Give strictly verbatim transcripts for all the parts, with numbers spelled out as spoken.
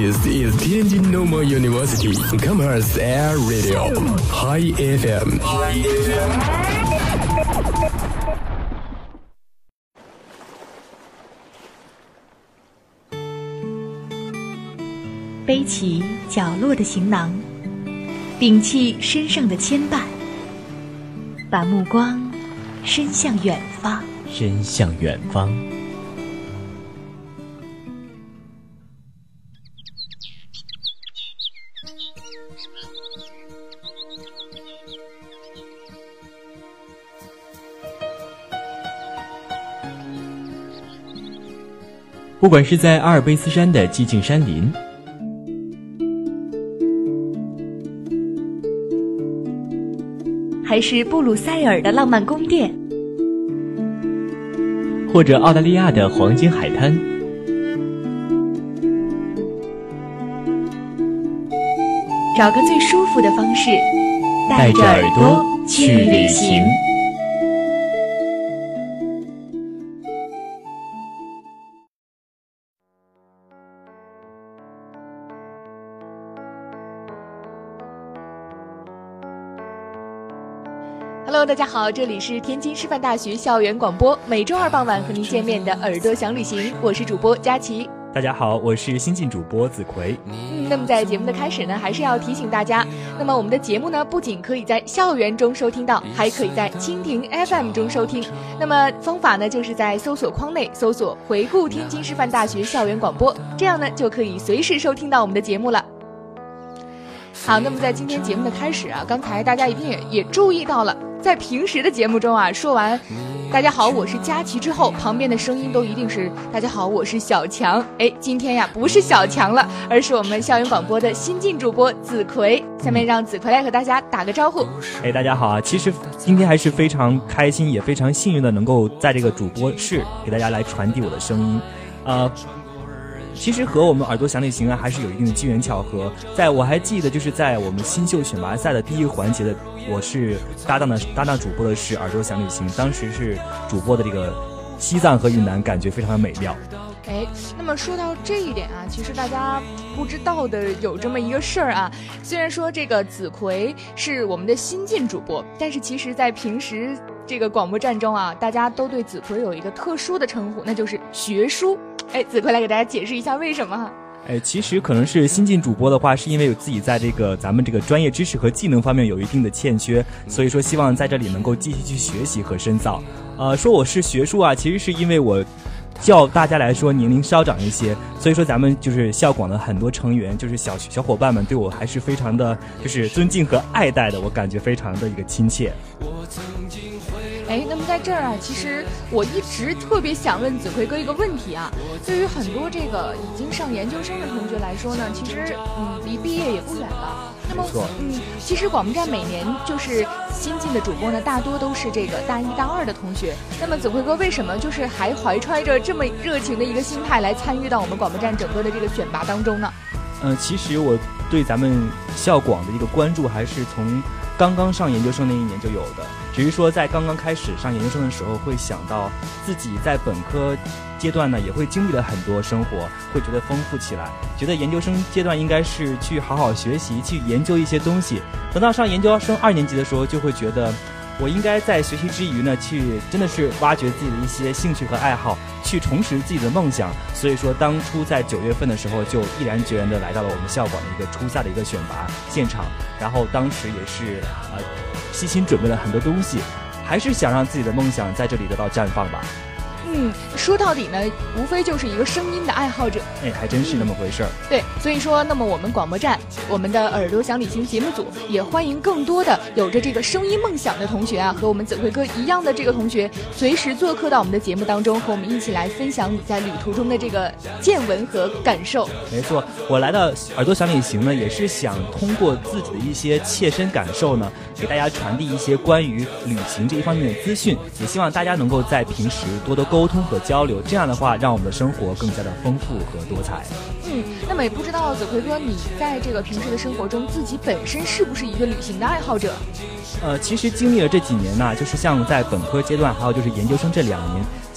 This is Tianjin Normal University Commerce Air Radio High F M。 背起角落的行囊，摒弃身上的牵绊，把目光伸向远方， 伸向远方。不管是在阿尔卑斯山的寂静山林， 还是布鲁塞尔的浪漫宫殿， 或者澳大利亚的黄金海滩， 找个最舒服的方式， 带着耳朵去旅行。 Hello， 大家好，这里是天津师范大学校园广播，每周二傍晚和您见面的耳朵想旅行，我是主播佳琪。 大家好，我是新晋主播子奎。 嗯，那么在节目的开始呢，还是要提醒大家，那么我们的节目呢，不仅可以在校园中收听到，还可以在蜻蜓 F M 中收听。那么方法呢，就是在搜索框内搜索“回顾天津师范大学校园广播”，这样呢就可以随时收听到我们的节目了。好，那么在今天节目的开始啊，刚才大家一定也也注意到了。在平时的节目中啊，说完大家好我是佳琪之后，旁边的声音都一定是大家好我是小强。哎，今天呀不是小强了，而是我们校园广播的新晋主播子奎。下面让子奎来和大家打个招呼。 哎，大家好啊！其实今天还是非常开心，也非常幸运的能够在这个主播室给大家来传递我的声音。呃其实和我们耳朵想旅行啊还是有一定的机缘巧合。在我还记得就是在我们新秀选拔赛的第一个环节的，我是搭档的搭档主播的是耳朵想旅行，当时是主播的这个西藏和云南，感觉非常的美妙。 哎，那么说到这一点啊，其实大家不知道的有这么一个事儿啊。虽然说这个子奎是我们的新晋主播，但是其实在平时这个广播站中啊，大家都对子奎有一个特殊的称呼，那就是学叔。哎，子奎来给大家解释一下为什么哈？ 哎，其实可能是新晋主播的话，是因为有自己在这个咱们这个专业知识和技能方面有一定的欠缺，所以说希望在这里能够继续去学习和深造。呃，说我是学叔啊，其实是因为我较大家来说年龄稍长一些，所以说咱们就是校广的很多成员，就是小小伙伴们对我还是非常的就是尊敬和爱戴的，我感觉非常的一个亲切。 哎，那么在这儿啊，其实我一直特别想问子奎哥一个问题啊。对于很多这个已经上研究生的同学来说呢，其实嗯离毕业也不远了。那么嗯，其实广播站每年就是新进的主播呢，大多都是这个大一大二的同学。那么子奎哥为什么就是还怀揣着这么热情的一个心态来参与到我们广播站整个的这个选拔当中呢？ 嗯、呃，其实我对咱们校广的一个关注还是从刚刚上研究生那一年就有的，只是说在刚刚开始上研究生的时候，会想到自己在本科阶段呢，也会经历了很多生活，会觉得丰富起来，觉得研究生阶段应该是去好好学习，去研究一些东西。等到上研究生二年级的时候，就会觉得我应该在学习之余呢，去真的是挖掘自己的一些兴趣和爱好，去重拾自己的梦想。所以说当初在九月份的时候，就毅然决然的来到了我们校广的一个初赛的一个选拔现场，然后当时也是呃细心准备了很多东西，还是想让自己的梦想在这里得到绽放吧。 嗯，说到底呢，无非就是一个声音的爱好者。 哎，还真是那么回事儿、 嗯。对，所以说，那么我们广播站，我们的耳朵想旅行节目组也欢迎更多的有着这个声音梦想的同学啊，和我们子奎哥一样的这个同学，随时做客到我们的节目当中，和我们一起来分享你在旅途中的这个见闻和感受。 没错，我来到耳朵想旅行呢，也是想通过自己的一些切身感受呢，给大家传递一些关于旅行这一方面的资讯，也希望大家能够在平时多多沟通和交流，这样的话让我们的生活更加的丰富和多彩。 嗯，那么也不知道子奎哥，你在这个平时的生活中，自己本身是不是一个旅行的爱好者？ 呃，其实经历了这几年呢，就是像在本科阶段，还有就是研究生这两年，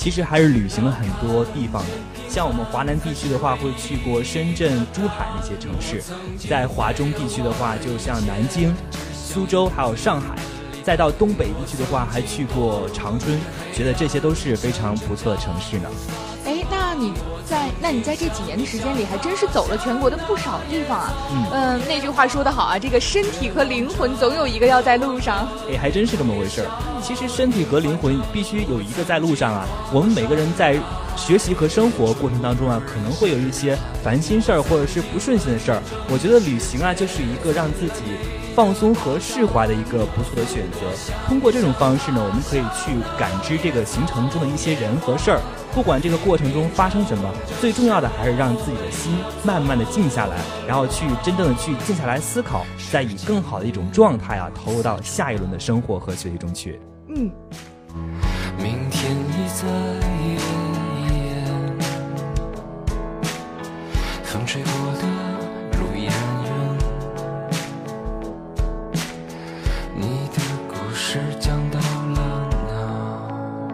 其实还是旅行了很多地方的。像我们华南地区的话，会去过深圳、珠海那些城市；在华中地区的话，就像南京、苏州还有上海；再到东北地区的话，还去过长春，觉得这些都是非常不错的城市呢。 哎，那你在那你在这几年的时间里，还真是走了全国的不少地方啊。嗯、呃，那句话说得好啊，这个身体和灵魂总有一个要在路上。 哎，还真是这么回事儿。其实身体和灵魂必须有一个在路上啊。我们每个人在学习和生活过程当中啊，可能会有一些烦心事儿或者是不顺心的事儿。我觉得旅行啊，就是一个让自己放松和释怀的一个不错的选择。通过这种方式呢，我们可以去感知这个行程中的一些人和事儿，不管这个过程中发生什么，最重要的还是让自己的心慢慢的静下来，然后去真正的去静下来思考，再以更好的一种状态啊，投入到下一轮的生活和学习中去。 嗯， 明天已在眼眼，风吹过的如烟云，你的故事讲到了哪？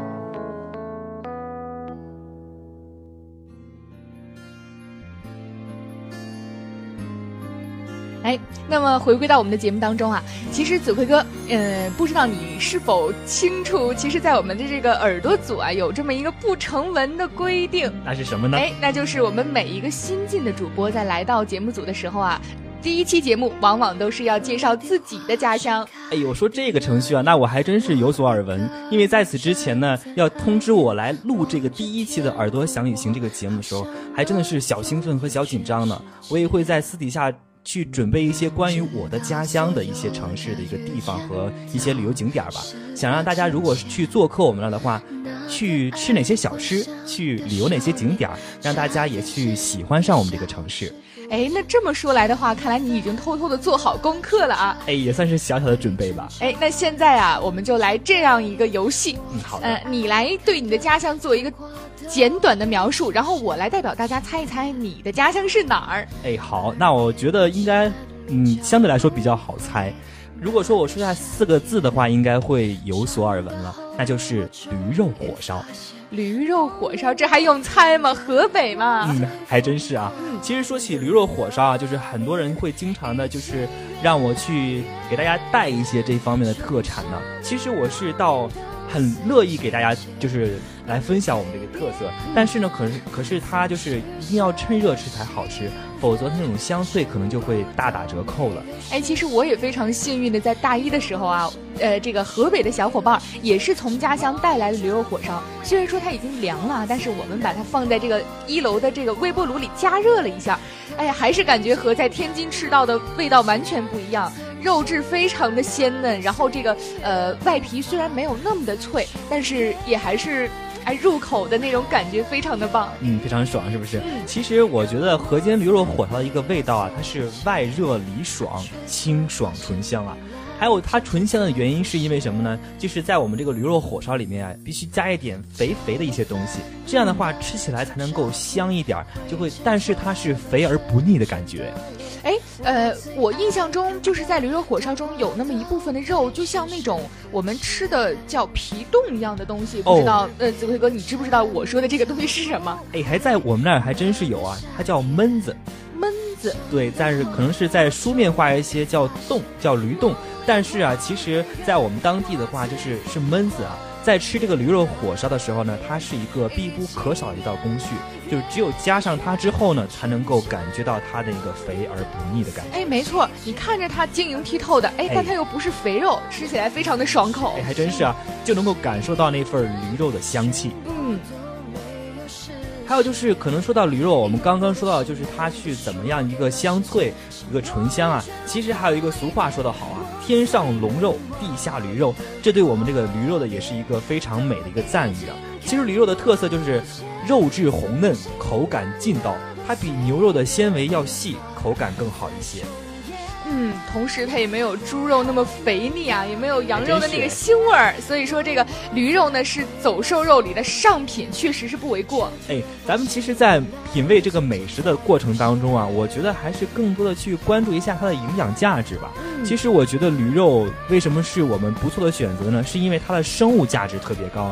哎，那么回归到我们的节目当中啊，其实子辉哥，呃，不知道你是否清楚，其实在我们的这个耳朵组啊，有这么一个不成文的规定。 那是什么呢？ 哎，那就是我们每一个新进的主播在来到节目组的时候啊，第一期节目往往都是要介绍自己的家乡。 哎呦，说这个程序啊，那我还真是有所耳闻。因为在此之前呢，要通知我来录这个第一期的《耳朵想旅行》这个节目的时候，还真的是小兴奋和小紧张呢。我也会在私底下去准备一些关于我的家乡的一些城市的一个地方和一些旅游景点吧，想让大家如果是去做客我们了的话，去吃哪些小吃，去旅游哪些景点，让大家也去喜欢上我们这个城市。 哎，那这么说来的话，看来你已经偷偷的做好功课了啊！ 哎，也算是小小的准备吧。 哎，那现在啊，我们就来这样一个游戏。 嗯，好的。 呃，你来对你的家乡做一个简短的描述，然后我来代表大家猜一猜你的家乡是哪儿。 哎，好，那我觉得应该，嗯，相对来说比较好猜。如果说我说下四个字的话，应该会有所耳闻了，那就是驴肉火烧。 驴肉火烧，这还用猜吗？河北嘛。 嗯，还真是啊。其实说起驴肉火烧啊，就是很多人会经常的，就是让我去给大家带一些这方面的特产呢。其实我是到很乐意给大家就是来分享我们这个特色，但是呢，可是可是它就是一定要趁热吃才好吃，否则它那种香脆可能就会大打折扣了。 哎，其实我也非常幸运的在大一的时候啊，呃，这个河北的小伙伴也是从家乡带来的驴肉火烧，虽然说它已经凉了，但是我们把它放在这个一楼的这个微波炉里加热了一下，哎呀，还是感觉和在天津吃到的味道完全不一样。肉质非常的鲜嫩，然后这个呃外皮虽然没有那么的脆，但是也还是哎入口的那种感觉非常的棒。 嗯，非常爽，是不是？ 嗯， 其实我觉得河间驴肉火烧的一个味道啊，它是外热里爽，清爽醇香啊。还有它醇香的原因是因为什么呢？就是在我们这个驴肉火烧里面啊，必须加一点肥肥的一些东西，这样的话吃起来才能够香一点，就会，但是它是肥而不腻的感觉。 哎，呃，我印象中就是在驴肉火烧中有那么一部分的肉，就像那种我们吃的叫皮冻一样的东西，不知道、哦、呃，子辉哥，你知不知道我说的这个东西是什么？ 哎，还在我们那儿还真是有啊，它叫焖子。 焖子， 对，但是可能是在书面化一些叫冻，叫驴冻，但是啊，其实在我们当地的话就是是焖子啊。在吃这个驴肉火烧的时候呢，它是一个必不可少的一道工序，就是只有加上它之后呢，才能够感觉到它的一个肥而不腻的感觉。 哎，没错，你看着它晶莹剔透的，哎，但它又不是肥肉，哎、吃起来非常的爽口。 哎，还真是啊，就能够感受到那份驴肉的香气。 嗯。 还有就是可能说到驴肉，我们刚刚说到就是它去怎么样一个香脆一个醇香啊，其实还有一个俗话说得好啊，天上龙肉地下驴肉，这对我们这个驴肉的也是一个非常美的一个赞誉啊。其实驴肉的特色就是肉质红嫩，口感劲道，它比牛肉的纤维要细，口感更好一些。 嗯，同时它也没有猪肉那么肥腻啊，也没有羊肉的那个腥味儿，所以说这个驴肉呢是走兽肉里的上品，确实是不为过。 哎，咱们其实在品味这个美食的过程当中啊，我觉得还是更多的去关注一下它的营养价值吧。嗯、其实我觉得驴肉为什么是我们不错的选择呢？是因为它的生物价值特别高。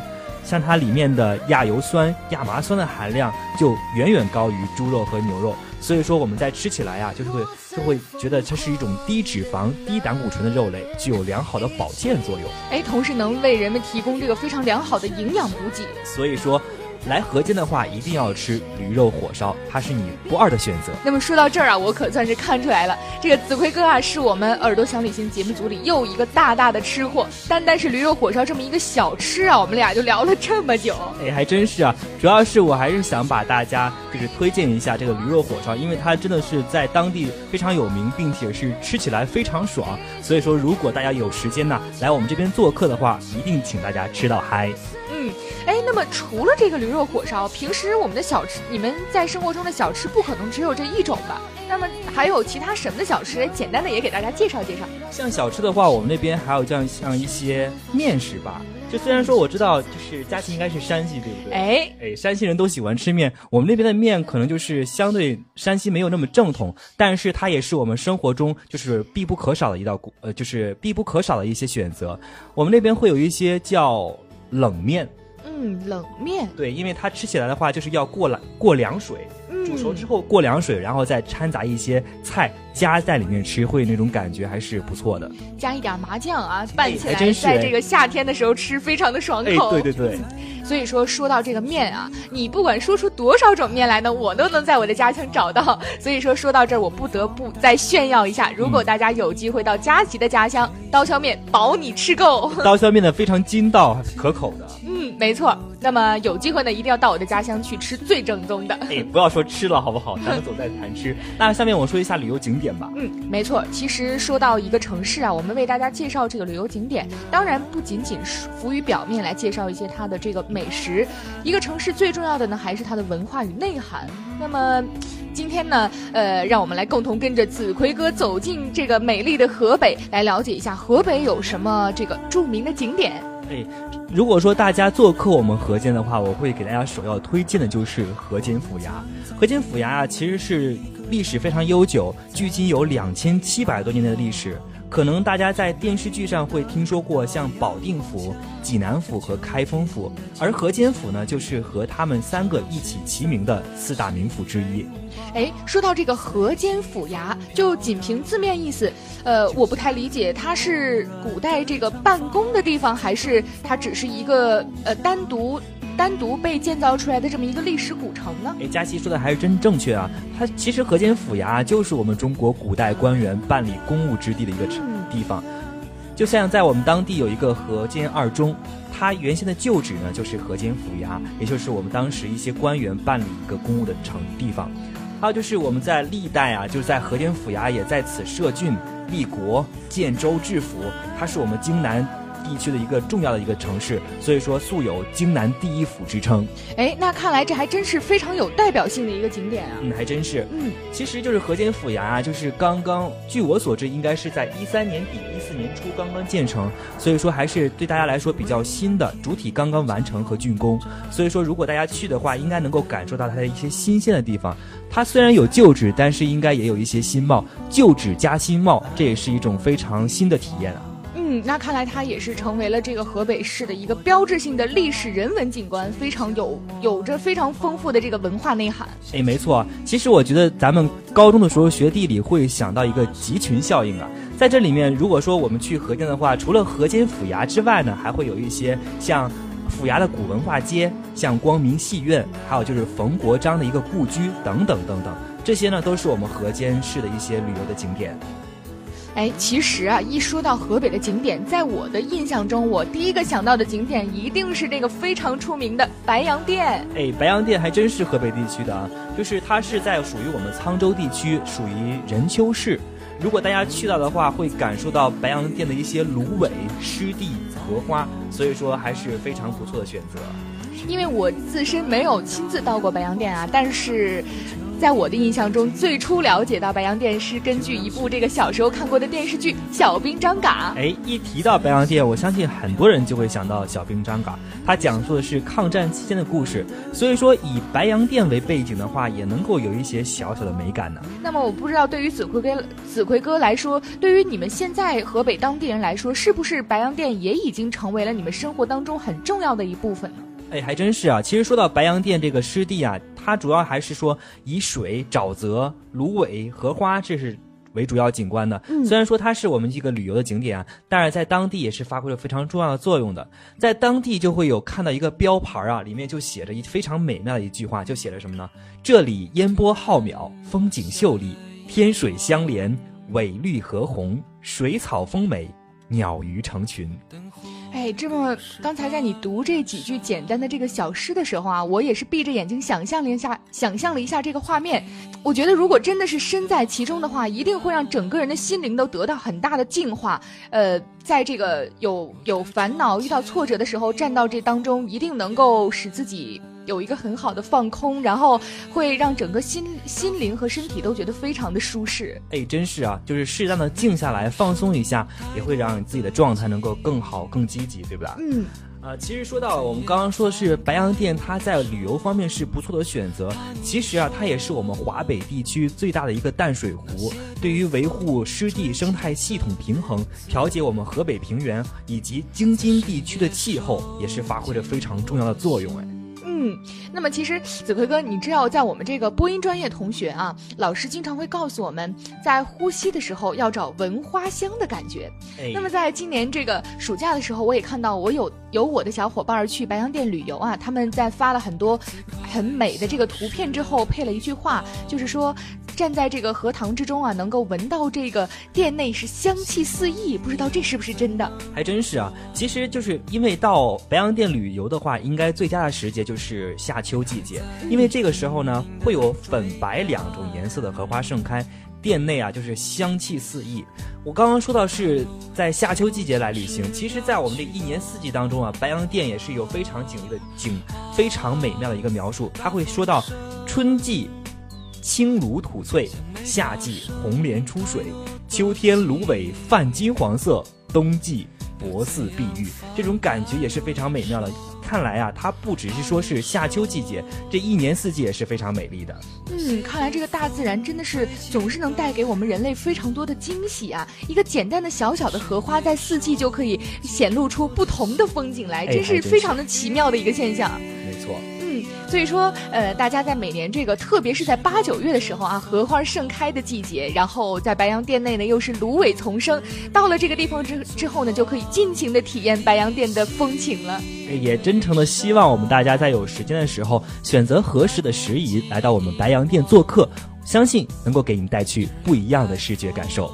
像它里面的亚油酸、亚麻酸的含量就远远高于猪肉和牛肉，所以说我们在吃起来啊，就是会就会觉得这是一种低脂肪、低胆固醇的肉类，具有良好的保健作用。 哎，同时能为人们提供这个非常良好的营养补给。 所以说，来河间的话，一定要吃驴肉火烧，它是你不二的选择。 那么说到这儿啊，我可算是看出来了，这个子奎哥啊，是我们耳朵小旅行节目组里又一个大大的吃货。单单是驴肉火烧这么一个小吃啊，我们俩就聊了这么久。 哎，还真是啊，主要是我还是想把大家就是推荐一下这个驴肉火烧，因为它真的是在当地非常有名，并且是吃起来非常爽。所以说，如果大家有时间呢，来我们这边做客的话，一定请大家吃到嗨。 嗯，哎，那么除了这个驴肉火烧，平时我们的小吃，你们在生活中的小吃不可能只有这一种吧？那么还有其他什么的小吃？简单的也给大家介绍介绍。 像小吃的话，我们那边还有这样像一些面食吧。就虽然说我知道，就是佳琪应该是山西，对不对？ 哎哎，山西人都喜欢吃面，我们那边的面可能就是相对山西没有那么正统，但是它也是我们生活中就是必不可少的一道，呃，就是必不可少的一些选择。我们那边会有一些叫冷面。 嗯，冷面。 对，因为它吃起来的话就是要过凉过凉水，煮熟之后过凉水，然后再掺杂一些菜加在里面吃，会那种感觉还是不错的。 加一点麻酱啊，拌起来， 哎、 在这个夏天的时候吃非常的爽口。 哎，对对对。 所以说说到这个面啊，你不管说出多少种面来呢，我都能在我的家乡找到。所以说说到这儿，我不得不再炫耀一下，如果大家有机会到佳琪的家乡，嗯、刀削面保你吃够。 刀削面呢非常筋道可口的。 嗯，没错。那么有机会呢，一定要到我的家乡去吃最正宗的。 哎，不要说吃了好不好？咱们走在谈吃。那下面我说一下旅游景点吧。 嗯，没错。其实说到一个城市啊，我们为大家介绍这个旅游景点，当然不仅仅浮于表面来介绍一些它的这个美食。一个城市最重要的呢，还是它的文化与内涵。那么今天呢，呃，让我们来共同跟着子奎哥走进这个美丽的河北，来了解一下河北有什么这个著名的景点。 哎，如果说大家做客我们河间的话，我会给大家首要推荐的就是河间府衙。河间府衙啊，其实是历史非常悠久，距今有两千七百多年的历史。可能大家在电视剧上会听说过像保定府、济南府和开封府，而河间府呢，就是和他们三个一起齐名的四大名府之一。 哎，说到这个河间府衙，就仅凭字面意思，呃，我不太理解，它是古代这个办公的地方，还是它只是一个呃单独单独被建造出来的这么一个历史古城呢？ 哎，佳琪说的还是真正确啊！它其实河间府衙就是我们中国古代官员办理公务之地的一个地方。就像在我们当地有一个河间二中，它原先的旧址呢就是河间府衙，也就是我们当时一些官员办理一个公务的城地方。还有就是我们在历代啊，就是在河间府衙也在此设郡、立国、建州治府，它是我们京南地区的一个重要的一个城市，所以说素有京南第一府之称。 哎，那看来这还真是非常有代表性的一个景点啊。 嗯，还真是。 嗯， 其实就是河间府衙啊，就是刚刚，据我所知，应该是在一三年底、一四年初刚刚建成，所以说还是对大家来说比较新的，主体刚刚完成和竣工。所以说，如果大家去的话，应该能够感受到它的一些新鲜的地方。它虽然有旧址，但是应该也有一些新貌，旧址加新貌，这也是一种非常新的体验啊。 嗯，那看来它也是成为了这个河北市的一个标志性的历史人文景观，非常有有着非常丰富的这个文化内涵。 哎，没错，其实我觉得咱们高中的时候学地理会想到一个集群效应啊，在这里面，如果说我们去河间的话，除了河间府衙之外呢，还会有一些像府衙的古文化街，像光明戏院，还有就是冯国璋的一个故居等等等等，这些呢都是我们河间市的一些旅游的景点。 哎，其实啊，一说到河北的景点，在我的印象中，我第一个想到的景点一定是这个非常出名的白洋淀。 哎，白洋淀还真是河北地区的啊，就是它是在属于我们沧州地区，属于任丘市。如果大家去到的话，会感受到白洋淀的一些芦苇、湿地、荷花，所以说还是非常不错的选择。 因为我自身没有亲自到过白洋淀啊，但是在我的印象中，最初了解到白洋淀是根据一部这个小时候看过的电视剧《小兵张嘎》。 哎，一提到白洋淀，我相信很多人就会想到《小兵张嘎》，它讲述的是抗战期间的故事，所以说以白洋淀为背景的话，也能够有一些小小的美感呢。 那么我不知道对于子奎哥子奎哥来说，对于你们现在河北当地人来说，是不是白洋淀也已经成为了你们生活当中很重要的一部分呢？ 哎，还真是啊。其实说到白洋淀这个湿地啊，它主要还是说以水、沼泽、芦苇、荷花这是为主要景观的。嗯、虽然说它是我们一个旅游的景点啊，但是在当地也是发挥了非常重要的作用的。在当地就会有看到一个标牌啊，里面就写着一非常美妙的一句话，就写着什么呢？这里烟波浩渺，风景秀丽，天水相连，苇绿荷红，水草丰美，鸟鱼成群。 哎，这么刚才在你读这几句简单的这个小诗的时候啊，我也是闭着眼睛想象了一下，想象了一下这个画面。我觉得如果真的是身在其中的话，一定会让整个人的心灵都得到很大的净化。呃，在这个有有烦恼、遇到挫折的时候，站到这当中，一定能够使自己有一个很好的放空，然后会让整个心心灵和身体都觉得非常的舒适。 哎，真是啊，就是适当的静下来放松一下，也会让你自己的状态能够更好更积极，对吧？ 嗯。 呃，其实说到我们刚刚说的是白洋淀，它在旅游方面是不错的选择。其实啊，它也是我们华北地区最大的一个淡水湖，对于维护湿地生态系统平衡、调节我们河北平原以及京津地区的气候，也是发挥着非常重要的作用。哎。 嗯，那么其实子奎哥，你知道在我们这个播音专业同学啊，老师经常会告诉我们，在呼吸的时候要找闻花香的感觉。哎、那么在今年这个暑假的时候，我也看到我有有我的小伙伴去白洋淀旅游啊，他们在发了很多很美的这个图片之后，配了一句话，就是说站在这个荷塘之中啊，能够闻到这个店内是香气四溢，不知道这是不是真的？ 还真是啊，其实就是因为到白洋淀旅游的话，应该最佳的时节就是是夏秋季节，因为这个时候呢，会有粉白两种颜色的荷花盛开，店内啊就是香气四溢。我刚刚说到是在夏秋季节来旅行，其实在我们这一年四季当中啊，白洋淀也是有非常景丽的景，非常美妙的一个描述。他会说到春季青芦吐翠，夏季红莲出水，秋天芦苇泛金黄色，冬季薄似碧玉，这种感觉也是非常美妙的。看来啊，它不只是说是夏秋季节，这一年四季也是非常美丽的。 嗯，看来这个大自然真的是总是能带给我们人类非常多的惊喜啊！一个简单的小小的荷花，在四季就可以显露出不同的风景来，真是非常的奇妙的一个现象。 没错。 嗯，所以说，呃，大家在每年这个，特别是在八九月的时候啊，荷花盛开的季节，然后在白洋淀内呢，又是芦苇丛生，到了这个地方之之后呢，就可以尽情的体验白洋淀的风情了。 也真诚的希望我们大家在有时间的时候，选择合适的时宜来到我们白洋淀做客，相信能够给你带去不一样的视觉感受。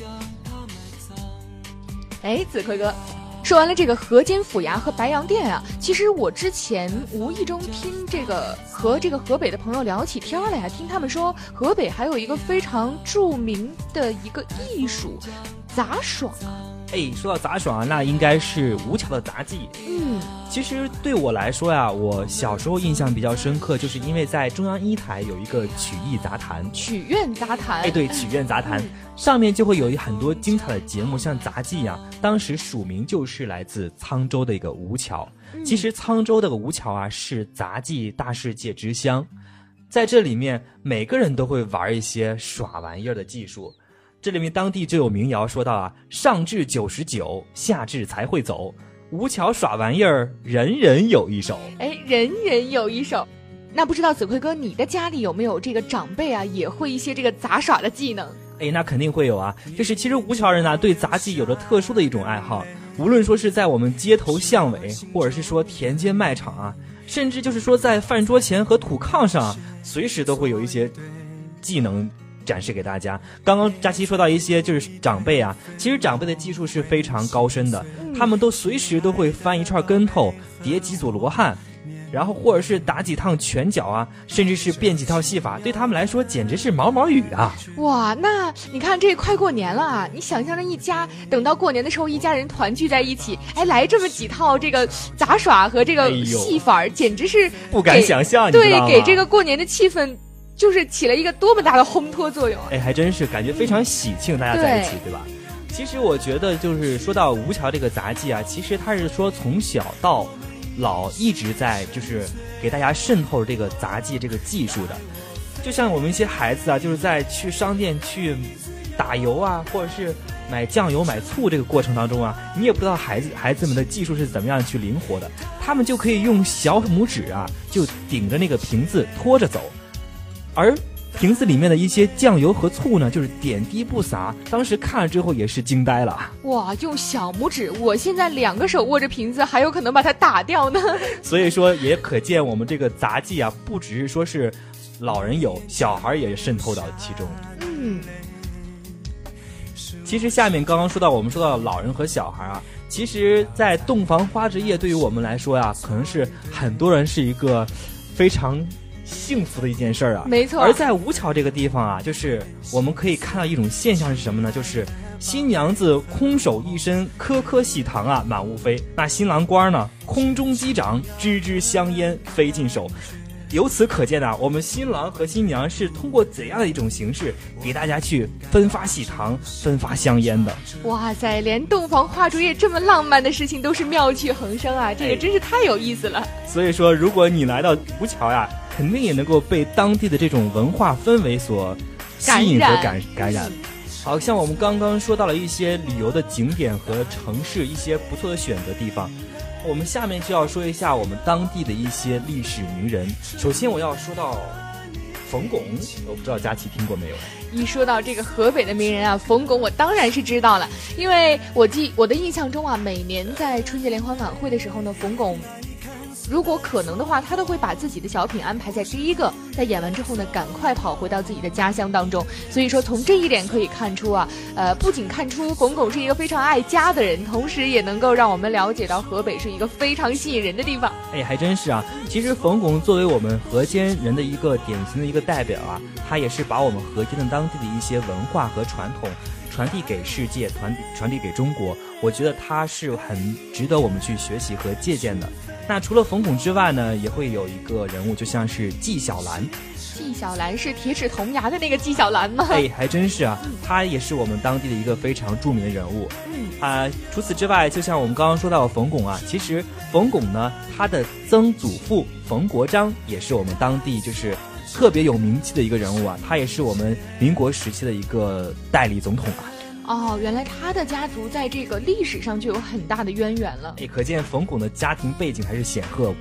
哎，子奎哥。说完了这个河间府衙和白洋淀啊，其实我之前无意中听这个和这个河北的朋友聊起天来呀，听他们说河北还有一个非常著名的一个艺术杂耍。 哎，说到杂耍啊，那应该是吴桥的杂技。 嗯， 其实对我来说呀，我小时候印象比较深刻，就是因为在中央一台有一个曲艺杂谈， 曲苑杂谈。 哎，对，曲苑杂谈、嗯、上面就会有很多精彩的节目，像杂技一样。当时署名就是来自沧州的一个吴桥。嗯、其实沧州的吴桥啊，是杂技大世界之乡，在这里面每个人都会玩一些耍玩意儿的技术。这里面当地就有民谣说到啊，上至九十九，下至才会走，吴桥耍玩意儿，人人有一手。 哎，人人有一手。那不知道子奎哥，你的家里有没有这个长辈啊，也会一些这个杂耍的技能？ 哎，那肯定会有啊。就是其实吴桥人呢、啊，对杂技有着特殊的一种爱好，无论说是在我们街头巷尾，或者是说田间卖场啊，甚至就是说在饭桌前和土炕上、啊，随时都会有一些技能展示给大家。刚刚佳琪说到一些就是长辈啊，其实长辈的技术是非常高深的，他们都随时都会翻一串跟头，叠几组罗汉，然后或者是打几趟拳脚啊，甚至是变几套戏法，对他们来说简直是毛毛雨啊！ 哇，那你看这快过年了啊，你想象着一家等到过年的时候，一家人团聚在一起，哎，来这么几套这个杂耍和这个戏法，哎、简直是不敢想象， 对，给这个过年的气氛就是起了一个多么大的烘托作用啊！ 哎，还真是感觉非常喜庆，大家在一起，对, 对吧？其实我觉得就是说到吴桥这个杂技啊，其实它是说从小到老一直在就是给大家渗透这个杂技这个技术的。就像我们一些孩子啊，就是在去商店去打油啊，或者是买酱油买醋这个过程当中啊，你也不知道孩子孩子们的技术是怎么样去灵活的，他们就可以用小拇指啊就顶着那个瓶子拖着走，而瓶子里面的一些酱油和醋呢就是点滴不洒，当时看了之后也是惊呆了。 哇，用小拇指，我现在两个手握着瓶子还有可能把它打掉呢。 所以说也可见我们这个杂技啊不只是说是老人有，小孩也渗透到其中。 嗯， 其实下面刚刚说到我们说到老人和小孩啊，其实在洞房花烛夜对于我们来说呀，可能是很多人是一个非常幸福的一件事儿啊， 没错。 而在吴桥这个地方啊，就是我们可以看到一种现象是什么呢？就是新娘子空手一身，颗颗喜糖啊满屋飞；那新郎官呢，空中击掌，支支香烟飞进手。由此可见啊，我们新郎和新娘是通过怎样的一种形式给大家去分发喜糖、分发香烟的？ 哇塞，连洞房花烛夜这么浪漫的事情都是妙趣横生啊，这个真是太有意思了。 所以说，如果你来到吴桥呀，肯定也能够被当地的这种文化氛围所吸引和感感染。好像我们刚刚说到了一些旅游的景点和城市一些不错的选择地方，我们下面就要说一下我们当地的一些历史名人。首先我要说到冯巩，我不知道佳琪听过没有。 一说到这个河北的名人啊，冯巩我当然是知道了，因为我记我的印象中啊，每年在春节联欢晚会的时候呢，冯巩如果可能的话，他都会把自己的小品安排在第一个，在演完之后呢，赶快跑回到自己的家乡当中。所以说，从这一点可以看出啊，呃，不仅看出冯巩是一个非常爱家的人，同时也能够让我们了解到河北是一个非常吸引人的地方。 哎，还真是啊！其实冯巩作为我们河间人的一个典型的一个代表啊，他也是把我们河间的当地的一些文化和传统传递给世界，传递传递给中国。我觉得他是很值得我们去学习和借鉴的。那除了冯巩之外呢，也会有一个人物，就像是纪晓岚。 纪晓岚是铁齿铜牙的那个纪晓岚吗？ 哎，还真是啊，他也是我们当地的一个非常著名的人物。嗯啊、呃，除此之外，就像我们刚刚说到的冯巩啊，其实冯巩呢，他的曾祖父冯国璋也是我们当地就是特别有名气的一个人物啊，他也是我们民国时期的一个代理总统啊。 哦，原来他的家族在这个历史上就有很大的渊源了。 也可见冯巩的家庭背景还是显赫。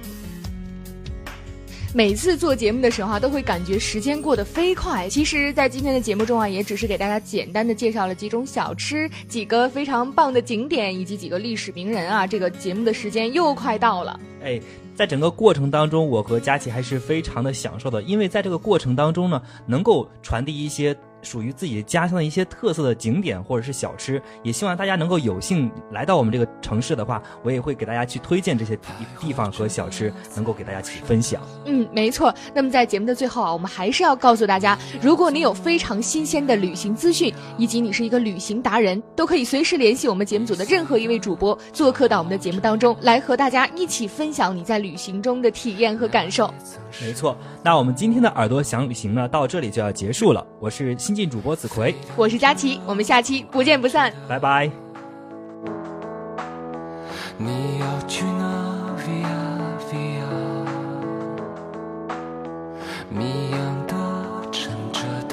每次做节目的时候啊，都会感觉时间过得飞快。其实在今天的节目中啊，也只是给大家简单的介绍了几种小吃，几个非常棒的景点，以及几个历史名人啊。这个节目的时间又快到了。 哎，在整个过程当中，我和佳琪还是非常的享受的，因为在这个过程当中呢，能够传递一些属于自己家乡的一些特色的景点或者是小吃，也希望大家能够有幸来到我们这个城市的话，我也会给大家去推荐这些地方和小吃，能够给大家去分享。 嗯，没错。那么在节目的最后啊，我们还是要告诉大家，如果你有非常新鲜的旅行资讯，以及你是一个旅行达人，都可以随时联系我们节目组的任何一位主播，做客到我们的节目当中，来和大家一起分享你在旅行中的体验和感受。 没错，那我们今天的耳朵想旅行呢，到这里就要结束了。我是新晋主播子葵， 我是佳琪，我们下期不见不散， 拜拜。 你要去哪 via via 谜样的沉着的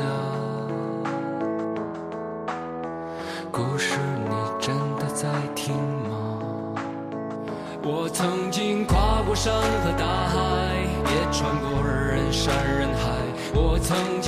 故事，你真的在听吗？我曾经跨过山和大海，也穿过人山人海，我曾经